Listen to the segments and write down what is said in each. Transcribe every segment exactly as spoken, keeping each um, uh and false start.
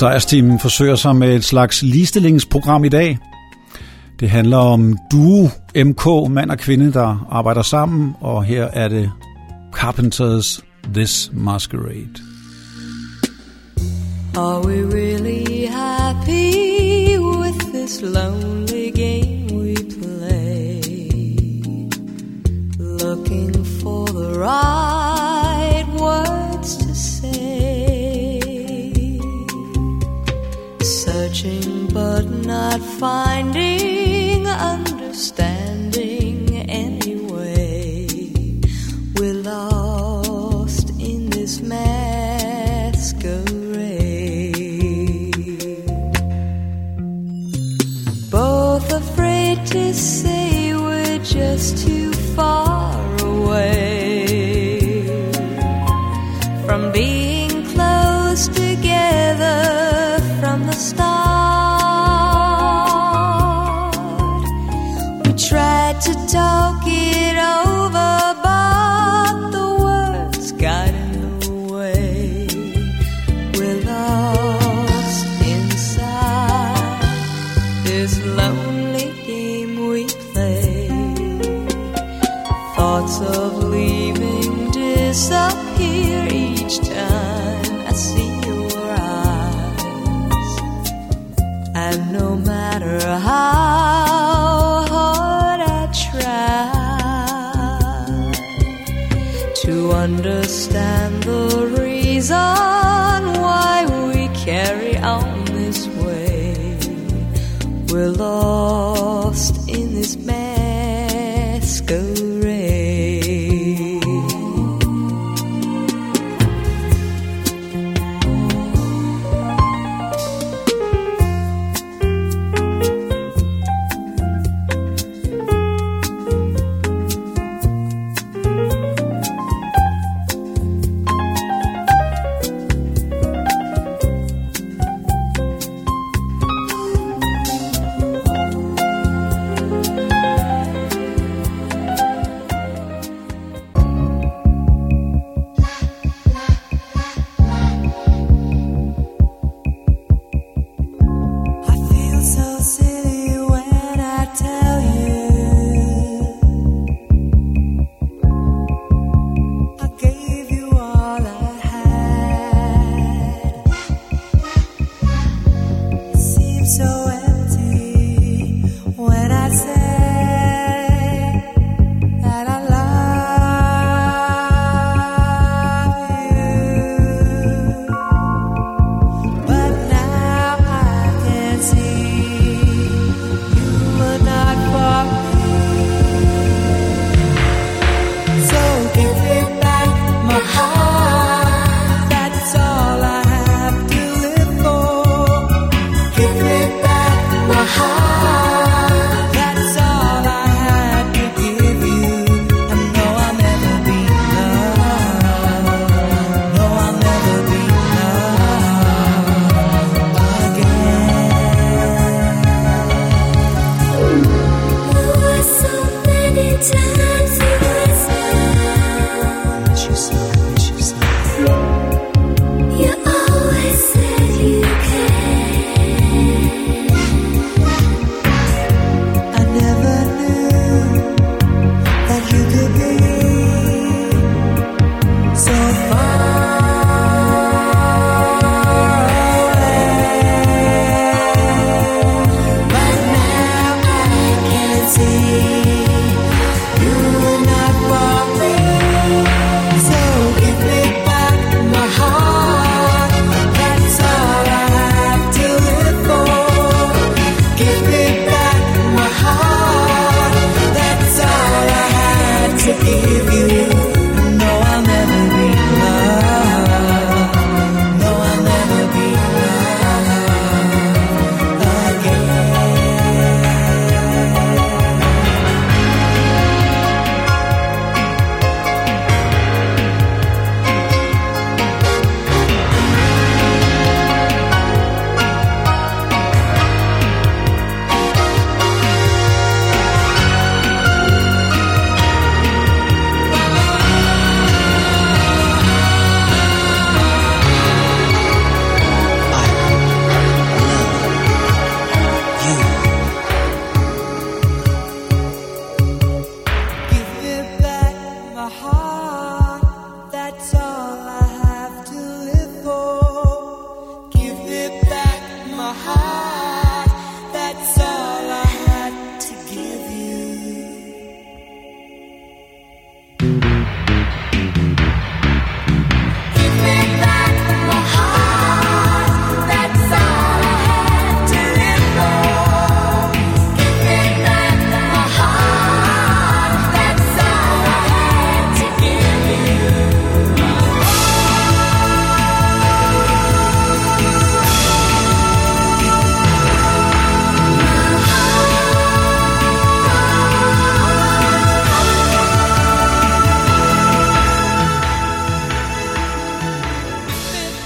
Sejrsteamen forsøger sig med et slags ligestillingsprogram i dag. Det handler om duo M K, mand og kvinde, der arbejder sammen, og her er det Carpenters This Masquerade. Are we really happy with this lonely game we play? Looking for the right words to say, searching but not finding understanding anyway. We're lost in this masquerade, both afraid to say we're just too far away from being close together from the start. We tried to talk it over, but the words got in the way. We're lost inside this lonely game we play. Thoughts of leaving disappear each time I see your eyes, and no matter how hard I try to understand the reason why we carry on this way, we're lost in this masquerade. You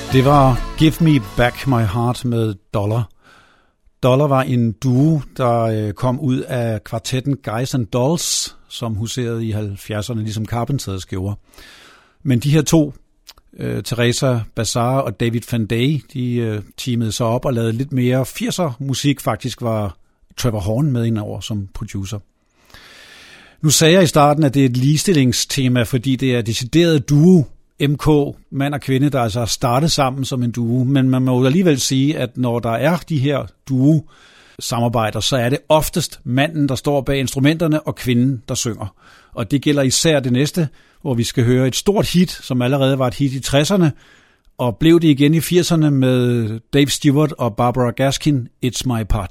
Det var Give Me Back My Heart med Dollar. Dollar var en duo, der kom ud af kvartetten Guys and Dolls, som huserede i halvfjerdserne, ligesom Carpenters gjorde. Men de her to, uh, Teresa Bazar og David Van Day, de uh, teamede sig op og lavede lidt mere firser musik. Faktisk var Trevor Horn med indover som producer. Nu sagde jeg i starten, at det er et ligestillingstema, fordi det er decideret duo, M K, mand og kvinde, der altså er startet sammen som en duo, men man må alligevel sige, at når der er de her duo-samarbejder, så er det oftest manden, der står bag instrumenterne, og kvinden, der synger. Og det gælder især det næste, hvor vi skal høre et stort hit, som allerede var et hit i tresserne, og blev det igen i firserne med Dave Stewart og Barbara Gaskin, It's My Party.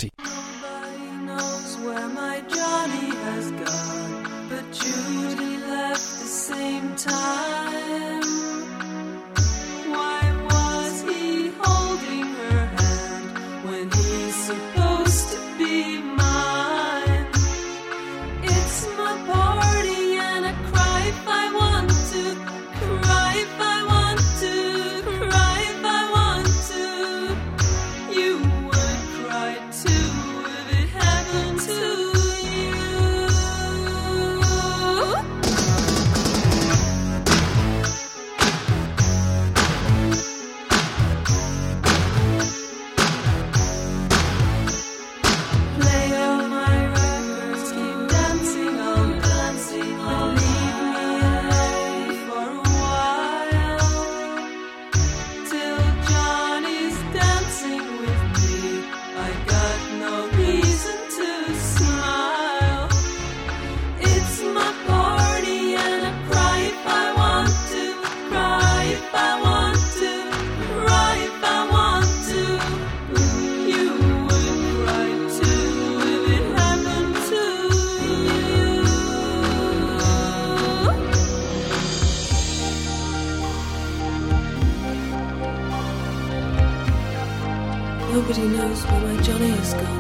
Nobody knows where my Johnny has gone.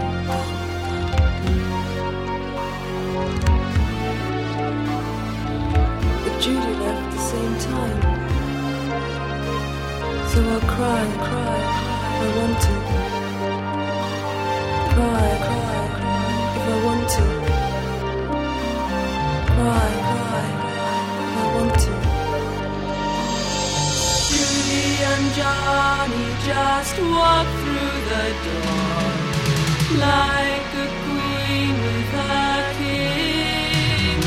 But Judy left the same time, so I'll cry, cry if I want to. Cry, cry if I want to. Cry, cry if I want to. Judy and Johnny just walk through the door like a queen with a king.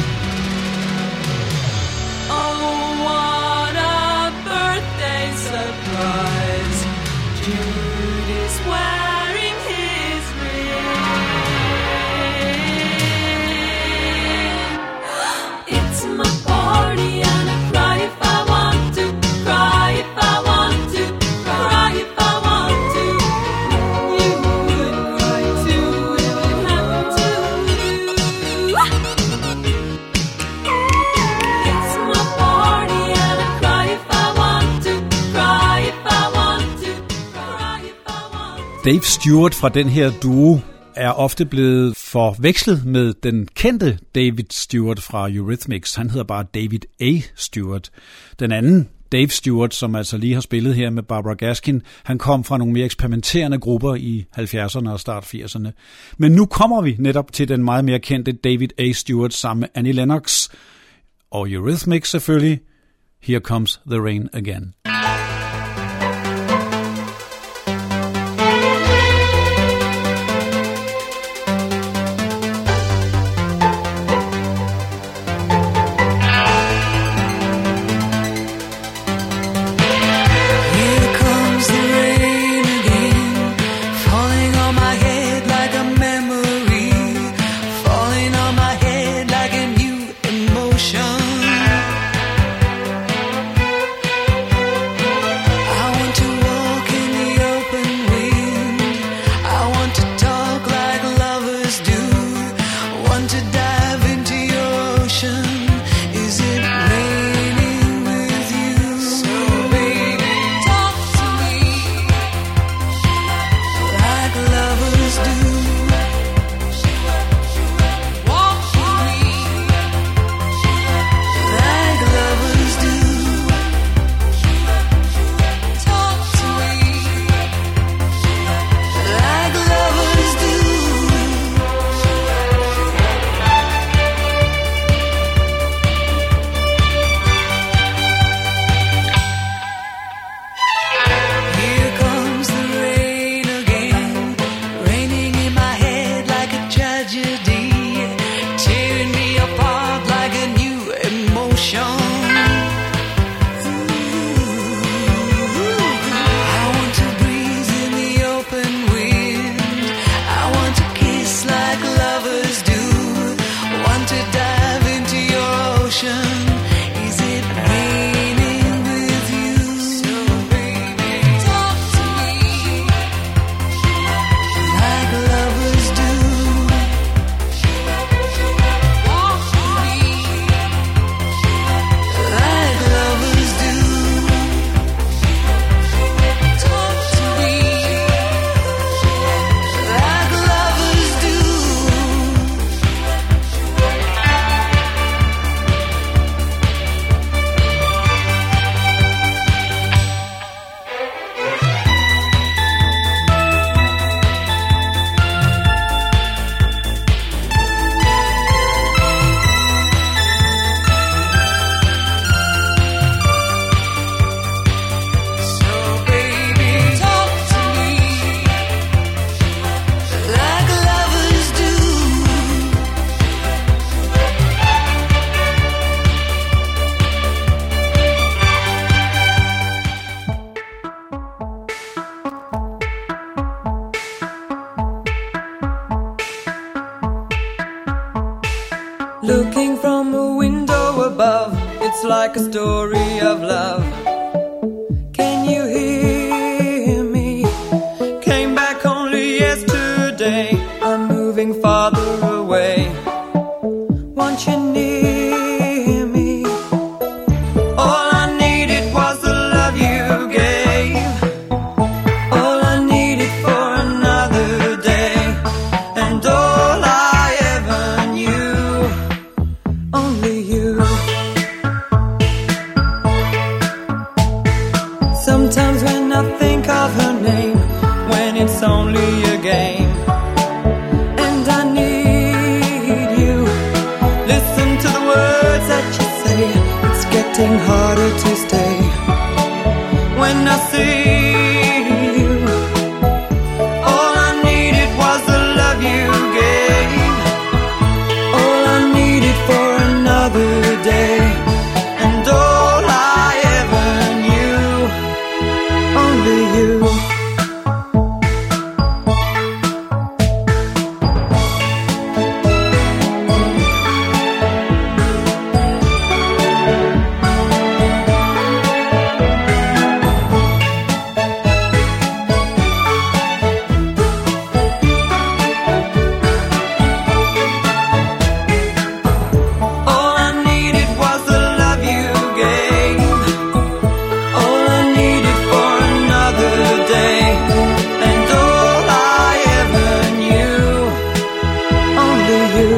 Oh, what a birthday surprise! Judy's wearing his ring. It's my party and I cry if I want to, cry if I want to, cry if I want to. You would cry too if it happened to you. It's my party and I cry if I want to, cry if I want to, cry if I want to. Dave Stewart fra den her duo er ofte blevet forvekslet med den kendte David Stewart fra Eurythmics. Han hedder bare David A. Stewart. Den anden, Dave Stewart, som altså lige har spillet her med Barbara Gaskin, han kom fra nogle mere eksperimenterende grupper i halvfjerdserne og start firserne. Men nu kommer vi netop til den meget mere kendte David A. Stewart sammen med Annie Lennox og Eurythmics selvfølgelig. Here Comes the Rain Again. Here comes the rain again, falling on my head like a memory, falling on my head like a new emotion. Looking from a window above, it's like a story of love. Can you hear me? Came back only yesterday. I'm moving farther away. Want you near me? All I needed was the love you gave. All I needed for another day. And all I ever knew, only you. Sometimes when I think of her name, when it's only a game, and I need you, listen to the words that you say. It's getting harder to stay. When I see you, all I needed was the love you gave. All I needed for another day. And all I ever knew, only you. All I needed was the love you gave. All I needed for another day. And all I ever knew, only you.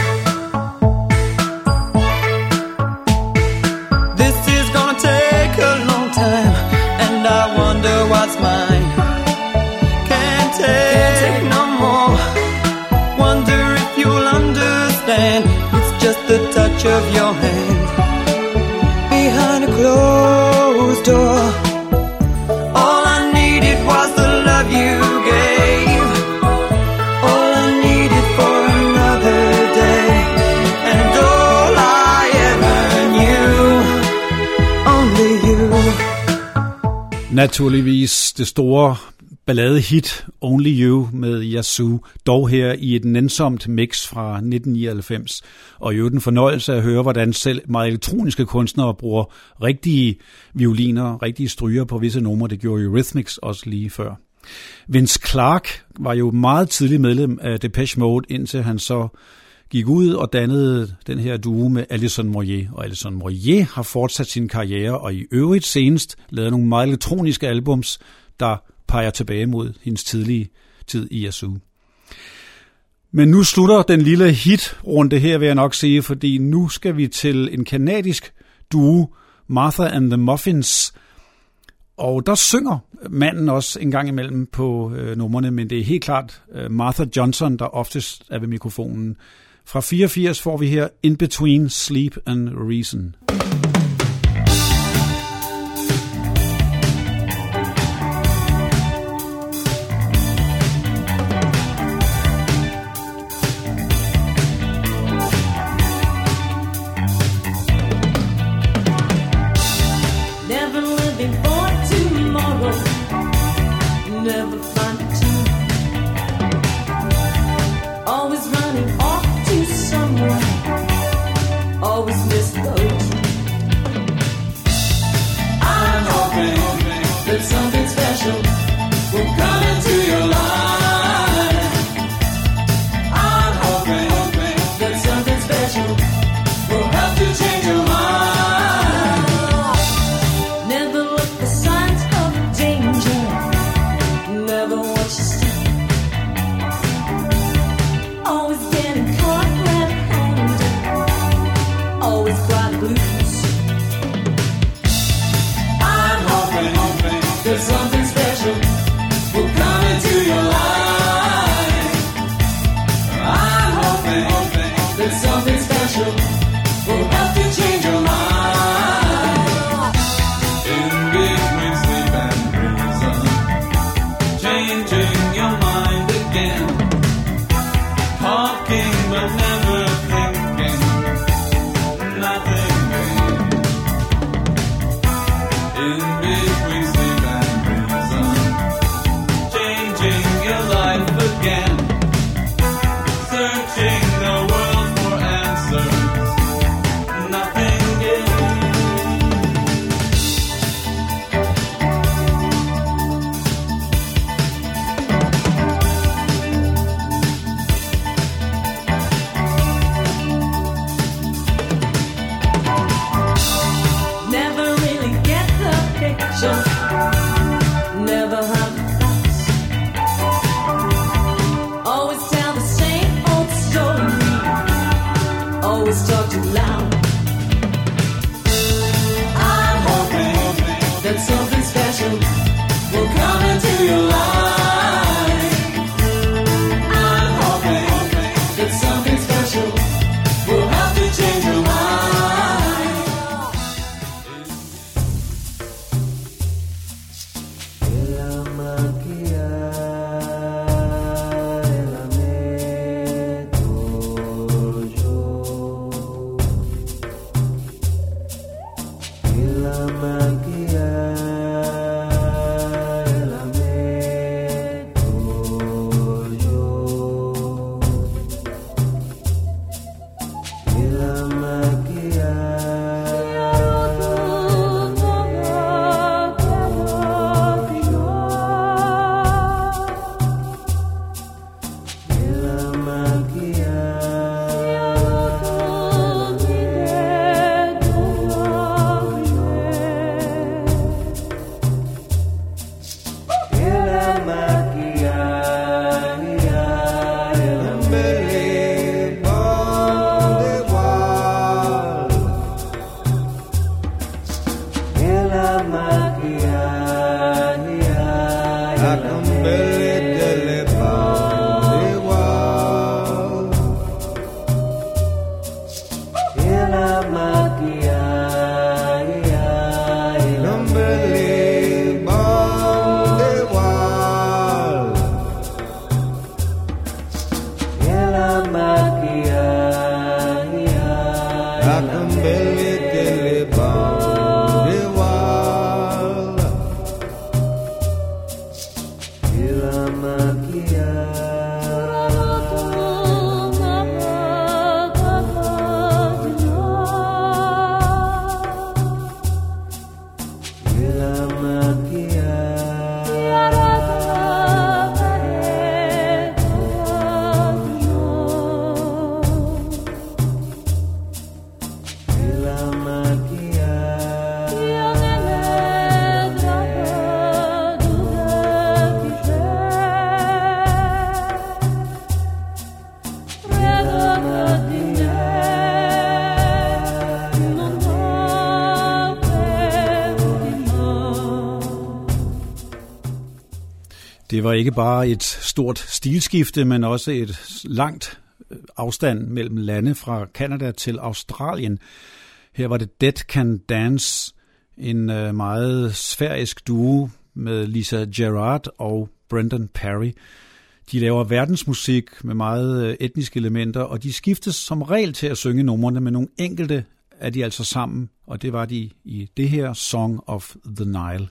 This is gonna take a long time, and I wonder what's mine. Can't take no more. Wonder if you'll understand. It's just the touch of your hand behind a closed door. All I needed was the love you gave. All I needed for another day. And all I ever knew, only you. Naturligvis det store balladehit Only You med Yazoo, dog her i et nænsomt mix fra nitten nioghalvfems. Og i øvrigt en fornøjelse at høre, hvordan selv meget elektroniske kunstnere bruger rigtige violiner, rigtige stryger på visse numre. Det gjorde Eurythmics også lige før. Vince Clarke var jo meget tidlig medlem af Depeche Mode, indtil han så gik ud og dannede den her duo med Alison Moyet. Og Alison Moyet har fortsat sin karriere, og i øvrigt senest lavet nogle meget elektroniske albums, der peger tilbage mod hendes tidlige tid i Yazoo. Men nu slutter den lille hitrunde her, vil jeg nok sige, fordi nu skal vi til en kanadisk duo, Martha and the Muffins. Og der synger manden også en gang imellem på øh, numrene, men det er helt klart øh, Martha Johnson, der oftest er ved mikrofonen. Fra fireogfirs får vi her In Between Sleep and Reason. Never living for tomorrow. Never find it too. Always running off to somewhere. Always miss the O T. I'm hoping that something special will come into your life. I'm hoping that something special will help to change your mind. Never look for signs of danger. Never watch your step. Always getting caught red-handed. Always got blues. I'm hoping that something special will come into your life. I'm hoping that something special will always talk too loud. I'm hoping that something special will come into your life. I'm hoping that something special will help to change your life. Det var ikke bare et stort stilskifte, men også et langt afstand mellem lande fra Canada til Australien. Her var det Dead Can Dance, en meget sfærisk duo med Lisa Gerrard og Brendan Perry. De laver verdensmusik med meget etniske elementer, og de skiftes som regel til at synge numrene, men nogle enkelte er de altså sammen, og det var de i det her Song of the Nile.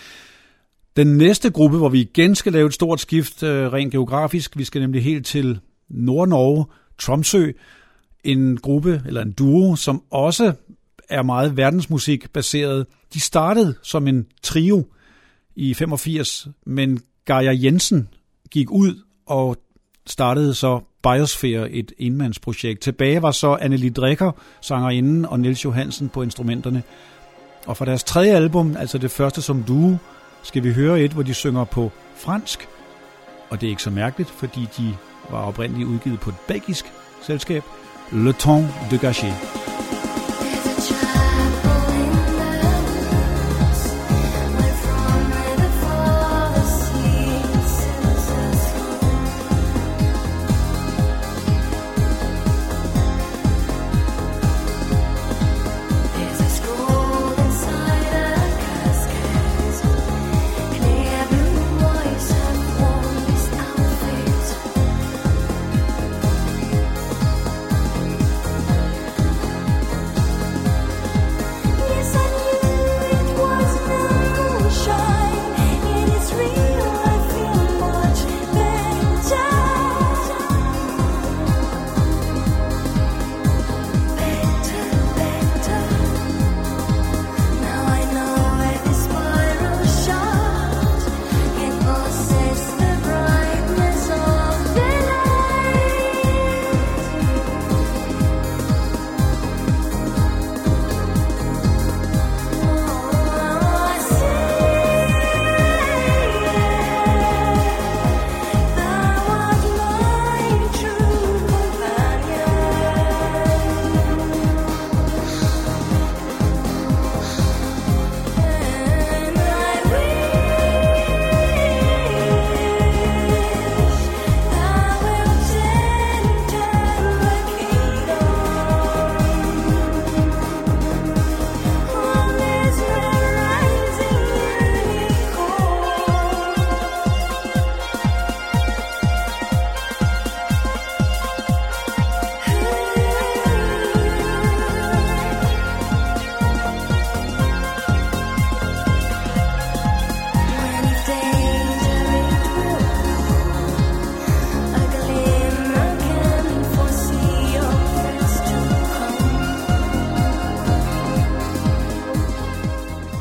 Den næste gruppe, hvor vi igen skal lave et stort skift øh, rent geografisk, vi skal nemlig helt til Nord-Norge, Tromsø, en gruppe eller en duo, som også er meget verdensmusik baseret. De startede som en trio i femogfirs, men Geir Jensen gik ud og startede så Biosphere, et enmandsprojekt. Tilbage var så Anneli Drecker, sangerinden, og Niels Johansen på instrumenterne. Og fra deres tredje album, altså det første som duo, skal vi høre et, hvor de synger på fransk. Og det er ikke så mærkeligt, fordi de var oprindeligt udgivet på et belgisk selskab. Le Temps de Gâcher. Thank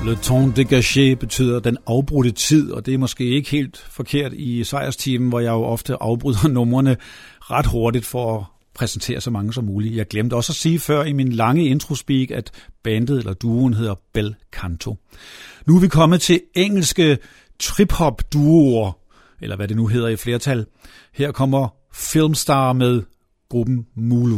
Le temps dégagé betyder den afbrudte tid, og det er måske ikke helt forkert i sejrsteamen, hvor jeg jo ofte afbryder numrene ret hurtigt for at præsentere så mange som muligt. Jeg glemte også at sige før i min lange introspeak, at bandet eller duoen hedder Bel Canto. Nu er vi kommet til engelske trip-hop-duoer, eller hvad det nu hedder i flertal. Her kommer Filmstar med gruppen Mulu.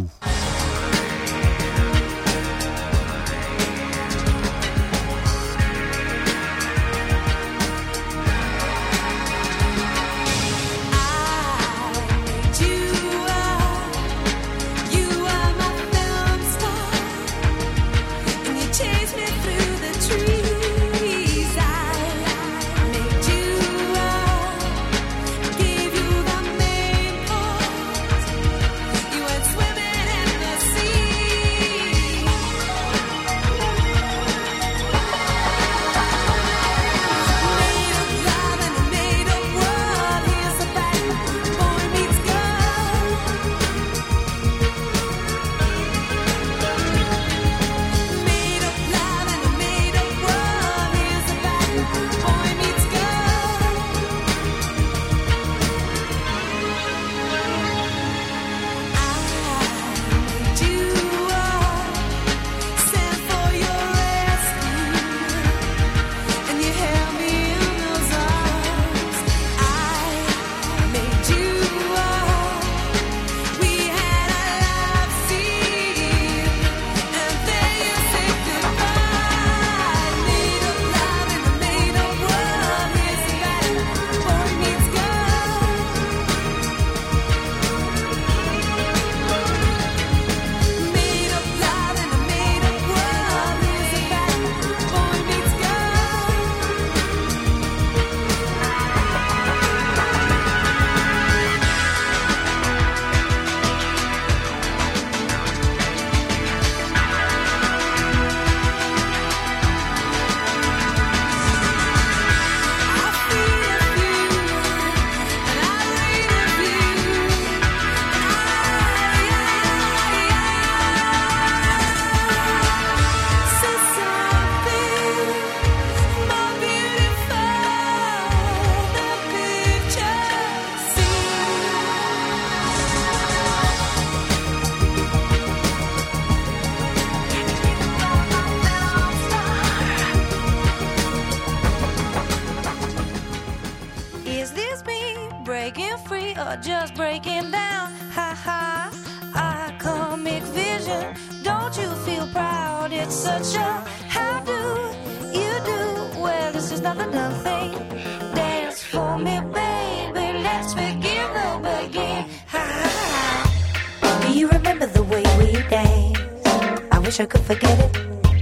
I could forget it.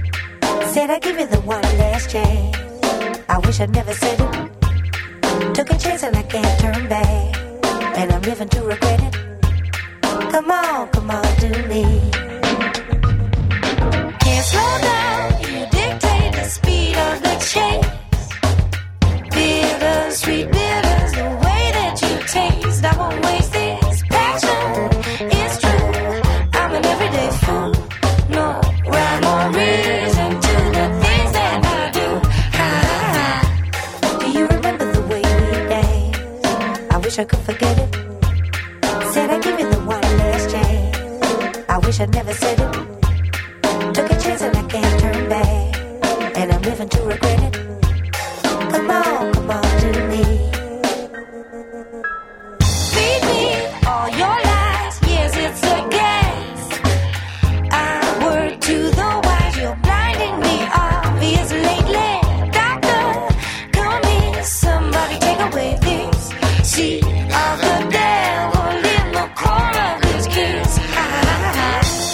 Said I'd give you the one last chance. I wish I'd never said it. Took a chance and I can't turn back, and I'm living to regret it. Come on, come on to me. Can't slow down, you dictate the speed of the chase. Bitter, sweet bitters, the way that you taste. I won't waste this passion, it's true. I'm an everyday fool. No rhyme or reason to the things that I do. Ha, ha. Do you remember the way we danced? I wish I could forget it. Said I'd give you the one last chance. I wish I'd never said it. Took a chance and I can't turn back, and I'm living to regret it. Come on, come on to me. Feed me all your lies. Yes, it's a gas. I word to the wise. You're blinding me obvious lately. Doctor, come here. Somebody take away this seed of the devil in the corner of his kiss. Ha, ha, ha.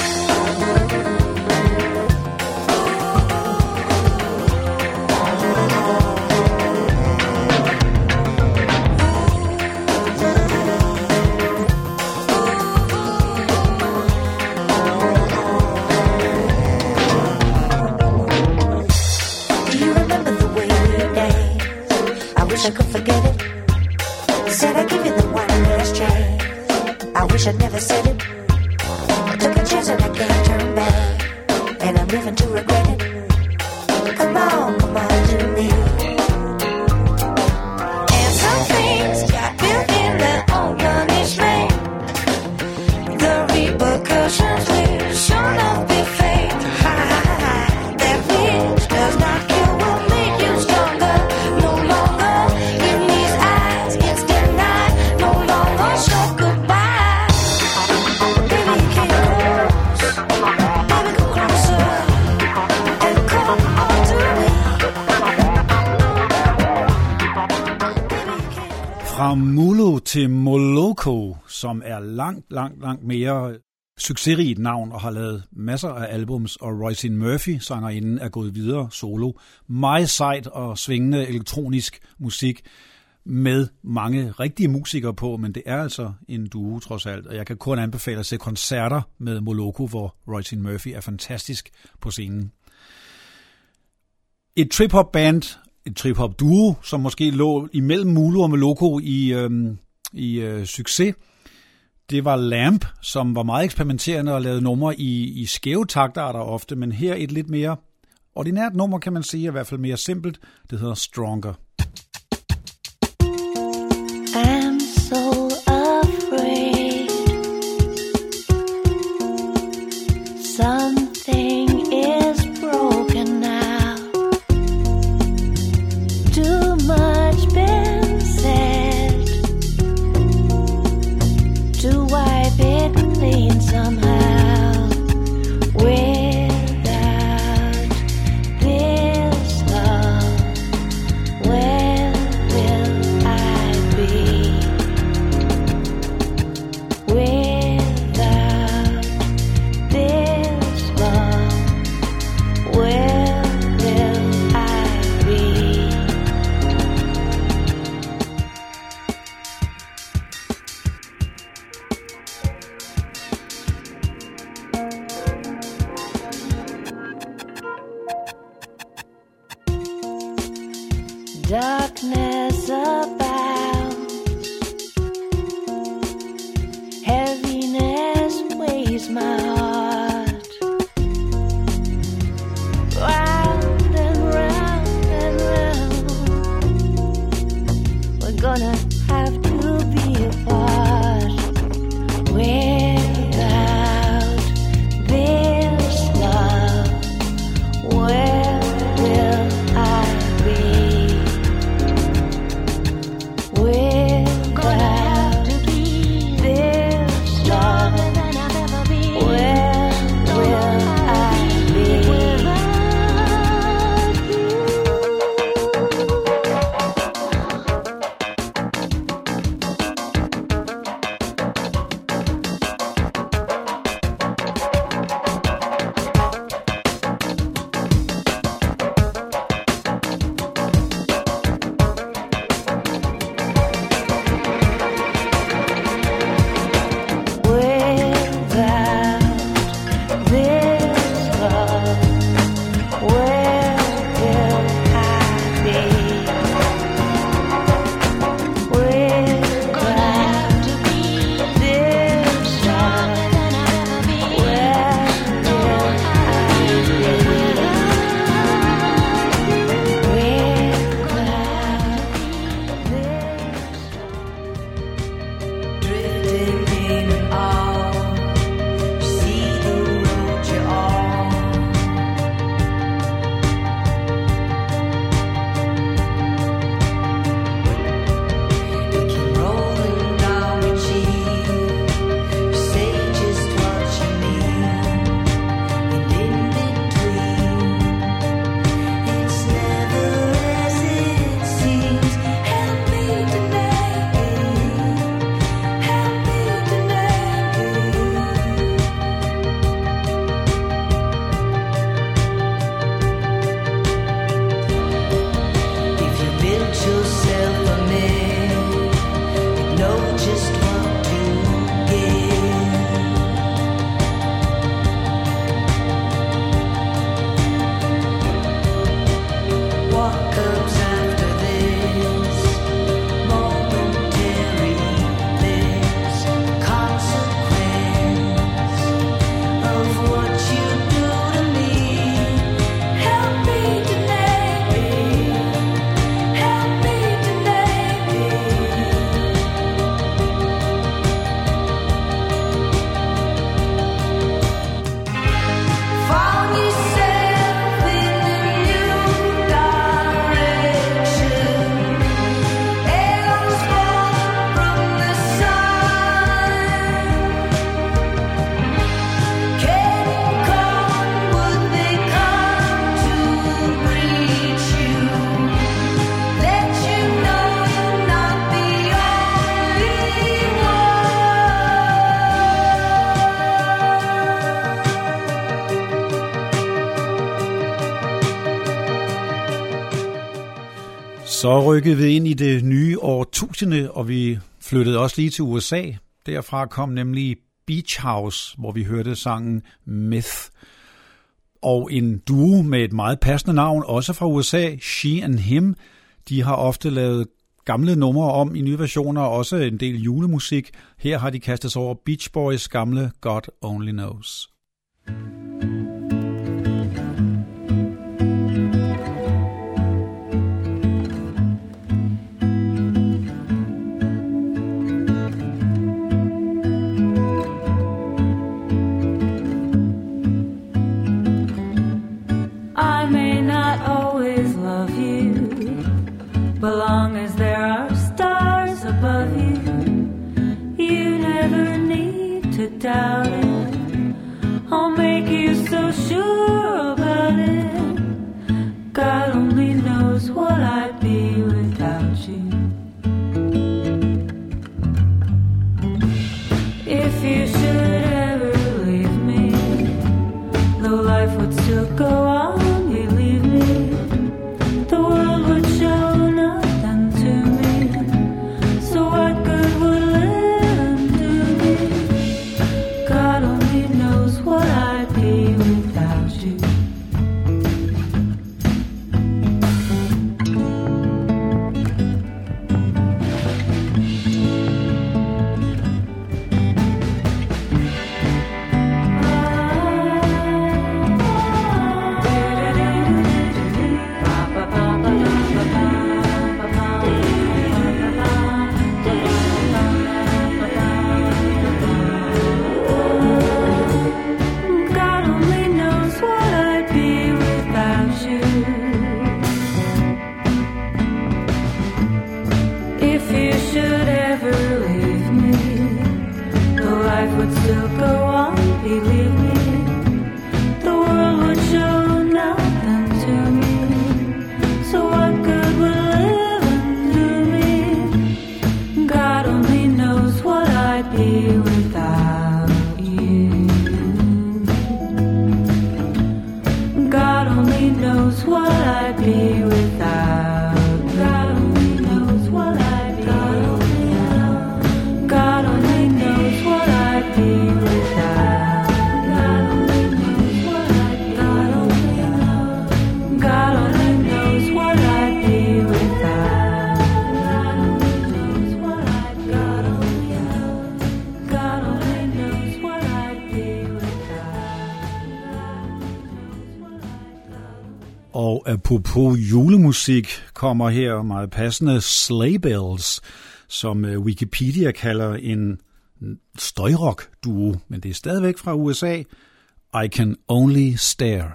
I could forget it. Said I'd give you the one last chance. I wish I'd never said it. Took a chance and I can't turn back, and I'm living to regret it. come on, come on to me. And some things got built in their own punishment. The repercussions will sure not be fake. Ha ha ha. That which does not kill will make you stronger. No longer in these eyes gets denied. No longer show goodbye. Baby, get close. Baby, go closer. And come on to me. Fra Mulo til Moloko, som er langt, langt, langt mere succesrigt navn og har lavet masser af albums, og Roisin Murphy, sangerinden, er gået videre solo. Meget sejt og svingende elektronisk musik med mange rigtige musikere på, men det er altså en duo trods alt, og jeg kan kun anbefale at se koncerter med Moloko, hvor Roisin Murphy er fantastisk på scenen. Et trip-hop band, et trip-hop duo, som måske lå imellem Mulo og Moloko i, øhm, i øh, succes, det var Lamp, som var meget eksperimenterende og lavede numre i, i skæve taktarter ofte, men her et lidt mere ordinært nummer, kan man sige, i hvert fald mere simpelt. Det hedder Stronger. I'm so afraid something is broken now. Too much been said to wipe it clean somehow. Without this love, where will I be? Without this love, where will I be? Darkness abounds, heaviness weighs my heart. Round and round and round, we're gonna have to be apart. Without this love, where will I be? Så rykkede vi ind i det nye årtusinde, og vi flyttede også lige til U S A. Derfra kom nemlig Beach House, hvor vi hørte sangen Myth. Og en duo med et meget passende navn, også fra U S A, She and Him. De har ofte lavet gamle numre om i nye versioner, og også en del julemusik. Her har de kastet sig over Beach Boys gamle God Only Knows. But long as there are stars above you, you never need to doubt it. I'll make you so sure about it. God only knows what I'd be without you. If you should ever leave me, though life would still go on, you leave me, the world would show Og apropos julemusik kommer her meget passende Sleigh Bells, som Wikipedia kalder en støjrock-duo, men det er stadigvæk fra U S A. I Can Only Stare.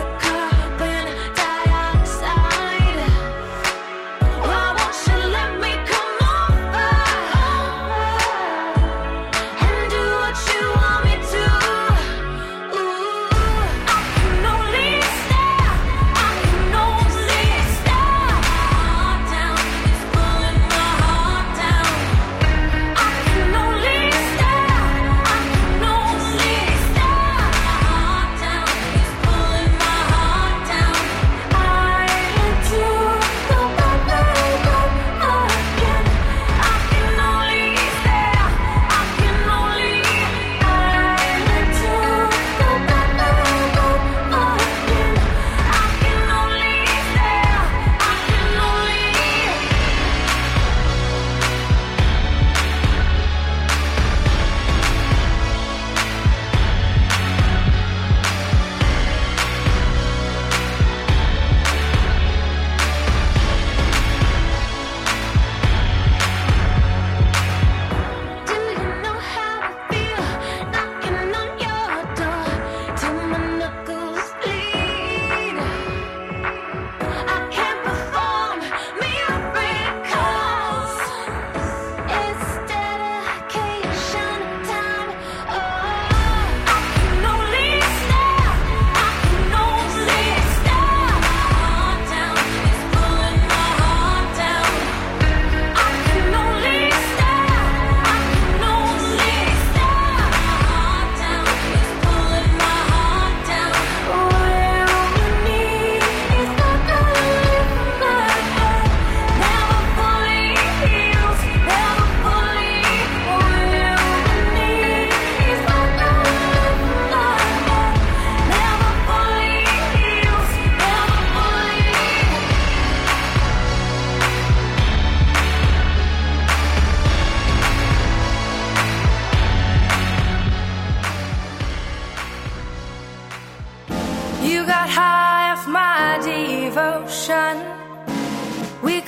Let me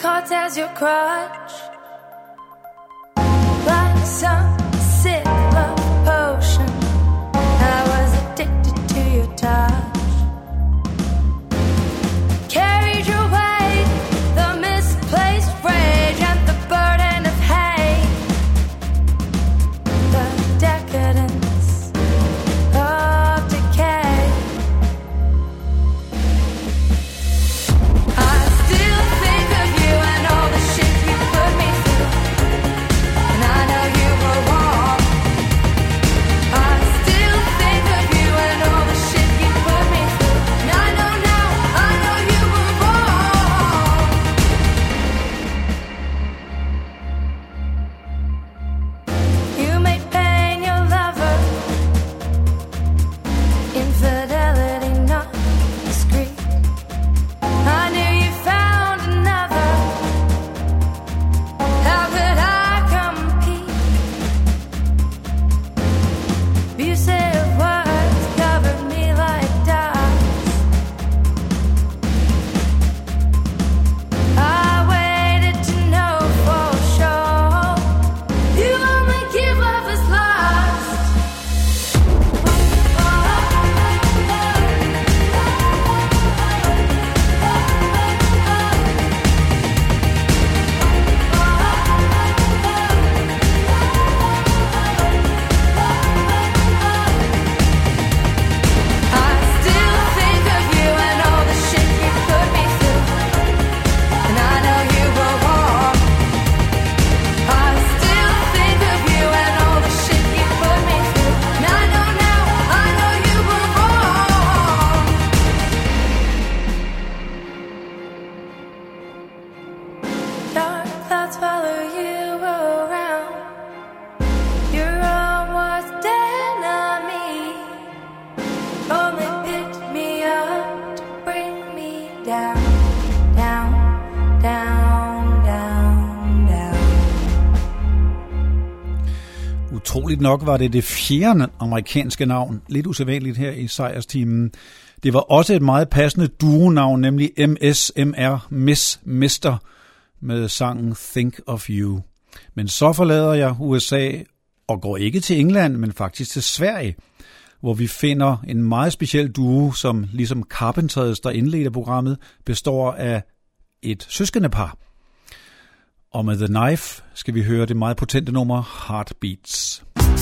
cards as your crutch, like some sick love potion. I was addicted to your touch. Carried your weight, the misplaced rage and the burden of hate, the decadence of decay. I still think of you and all the shit you put me through, and I know you were wrong. I still think of you and all the shit you put me through, and I know now, I know you were wrong. You made pain your lover, infidelity not discreet. I knew you found another. How could I compete? Abusive words covered me like dust. I waited to know for sure. You only give love as lust. I still think of you and all the shit you put me through, and I know you were wrong. I still think of you and all the shit you put me through, and I know now, I know you were wrong. Dark clouds follow you around. Your own worst enemy only picked me up to bring me down, down, down, down, down. Utroligt nok var det det fjerde amerikanske navn, lidt usædvanligt her i sejrsteamen. Det var også et meget passende duonavn, nemlig M S M R, Miss Mister, med sangen Think of You. Men så forlader jeg U S A og går ikke til England, men faktisk til Sverige, hvor vi finder en meget speciel duo, som ligesom Carpenters, der indledte programmet, består af et søskendepar. Og med The Knife skal vi høre det meget potente nummer Heartbeats.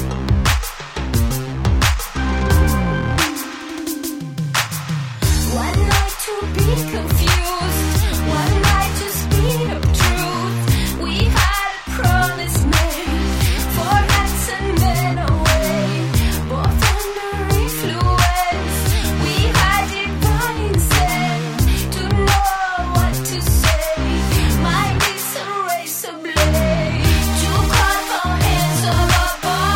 One night to be confused, one night to speak of truth. We had a promise made for hands and men away, both under influence. We had it mindset to know what to say. Mind is a razor blade to cut our hands off our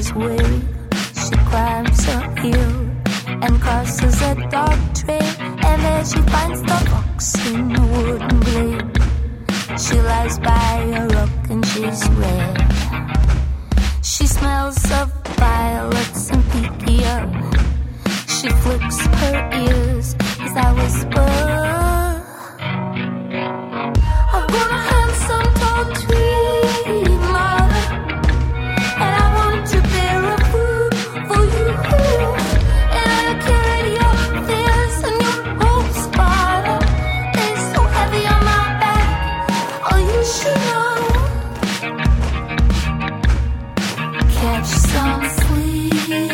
she's weary, she climbs a hill and crosses a dark trail, and there she finds the fox in the wooden glade. She lies by a rock and she's red. She smells of violets and piquia. She flicks her ears as I whisper, I've got a handsome tall tree, mother, and I want to bear a fruit for you. And I carry your fears and your hopes, mother. They're so heavy on my back. Oh, you should know. Catch some sleep.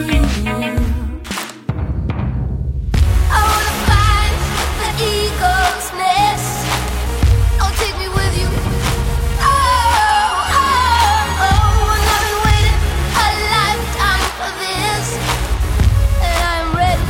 I wanna find the eagle's nest. Oh, take me with you. Oh, oh, oh. And I've been waiting a lifetime for this, and I'm ready.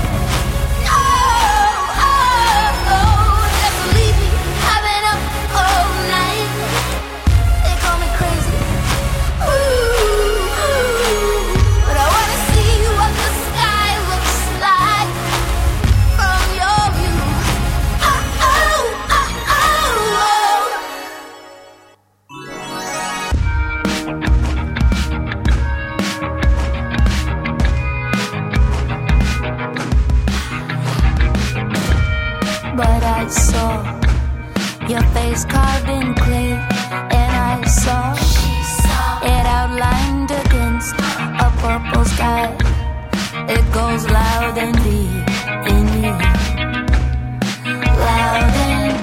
Oh, oh, oh. Never leave me. I've been up all night. They call me crazy. Ooh, but I wanna see what the sky looks like from your view. Oh, oh, oh, oh, oh. But I saw your face carved in clay, and I saw it outlined against a purple sky. It goes loud and deep in you, loud and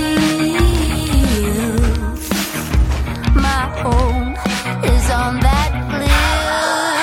deep. My home is on that cliff.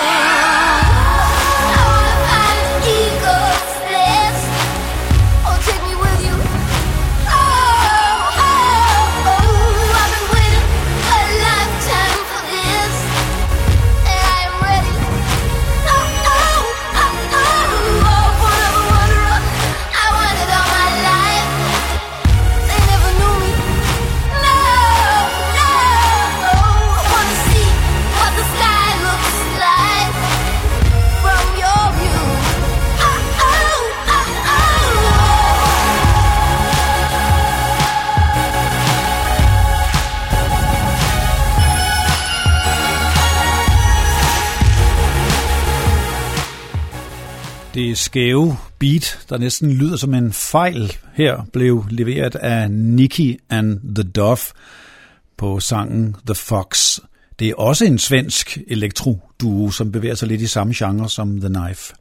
I wanna find an eagle's nest. Oh, take me with you. Oh, oh, oh. I've been waiting a lifetime for this, and I am ready. Oh, oh, oh, oh. Oh, forever wanderer, I wanted all my life. They never knew me. No, no. I wanna see what the sky looks like from your view. Oh, oh, oh, oh. Det skæve beat, der næsten lyder som en fejl, her blev leveret af Nicky and the Dove på sangen The Fox. Det er også en svensk elektro-duo, som bevæger sig lidt i samme genre som The Knife.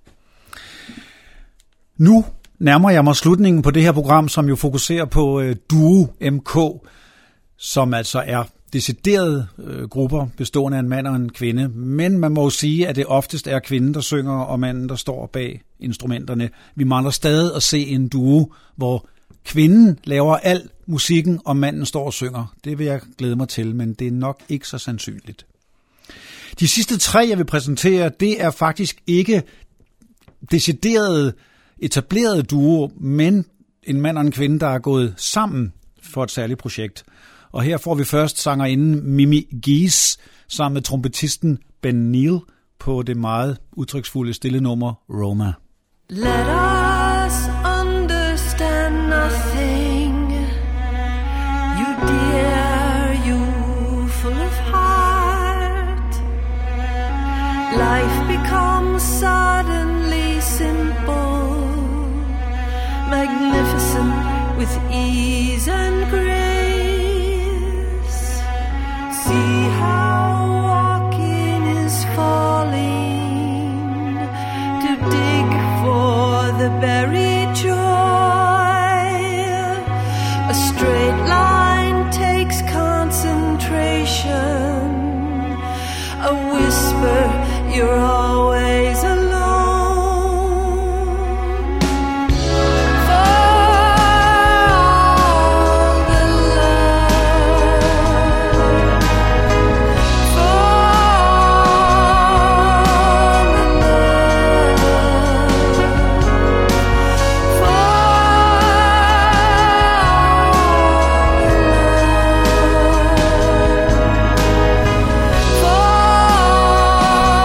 Nu nærmer jeg mig slutningen på det her program, som jo fokuserer på øh, Duo M K, som altså er deciderede øh, grupper bestående af en mand og en kvinde. Men man må jo sige, at det oftest er kvinden, der synger, og manden, der står bag instrumenterne. Vi mangler stadig at se en duo, hvor kvinden laver al musikken, og manden står og synger. Det vil jeg glæde mig til, men det er nok ikke så sandsynligt. De sidste tre, jeg vil præsentere, det er faktisk ikke deciderede, etablerede duo, men en mand og en kvinde, der er gået sammen for et særligt projekt. Og her får vi først sangerinden Mimi Gees sammen med trompetisten Ben Neal på det meget udtryksfulde stille nummer Roma. Let us understand nothing, you dear, you full of heart. Life becomes suddenly simple, magnificent with ease and grace. See how walking is falling to dig for the buried joy. A straight line takes concentration. A whisper, you're always alone. For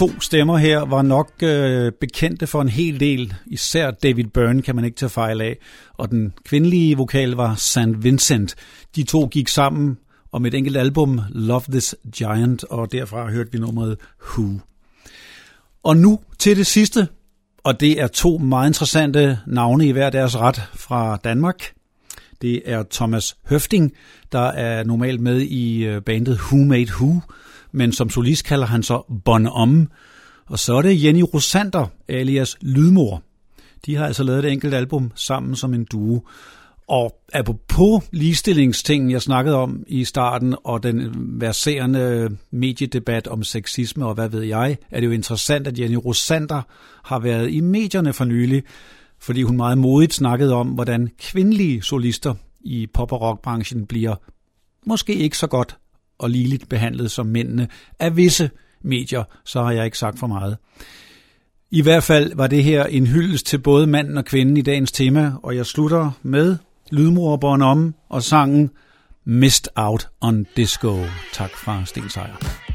to stemmer her var nok øh, bekendte for en hel del. Især David Byrne kan man ikke tage fejl af. Og den kvindelige vokal var Saint Vincent. De to gik sammen om et enkelt album, Love This Giant, og derfra hørte vi nummeret Who. Og nu til det sidste, og det er to meget interessante navne i hver deres ret fra Danmark. Det er Thomas Høfting, der er normalt med i bandet Who Made Who, men som solist kalder han så Bon-Om. Og så er det Jenny Rosander, alias Lydmor. De har altså lavet et enkelt album sammen som en duo. Og apropos ligestillingsting, jeg snakkede om i starten, og den verserende mediedebat om sexisme og hvad ved jeg, er det jo interessant, at Jenny Rosander har været i medierne for nylig, fordi hun meget modigt snakkede om, hvordan kvindelige solister i pop- og rockbranchen bliver måske ikke så godt og ligeligt behandlet som mændene af visse medier, så har jeg ikke sagt for meget. I hvert fald var det her en hyldest til både manden og kvinden i dagens tema, og jeg slutter med Lydmor og Bon-Om og sangen Missed Out on Disco. Tak fra Sten Sejer.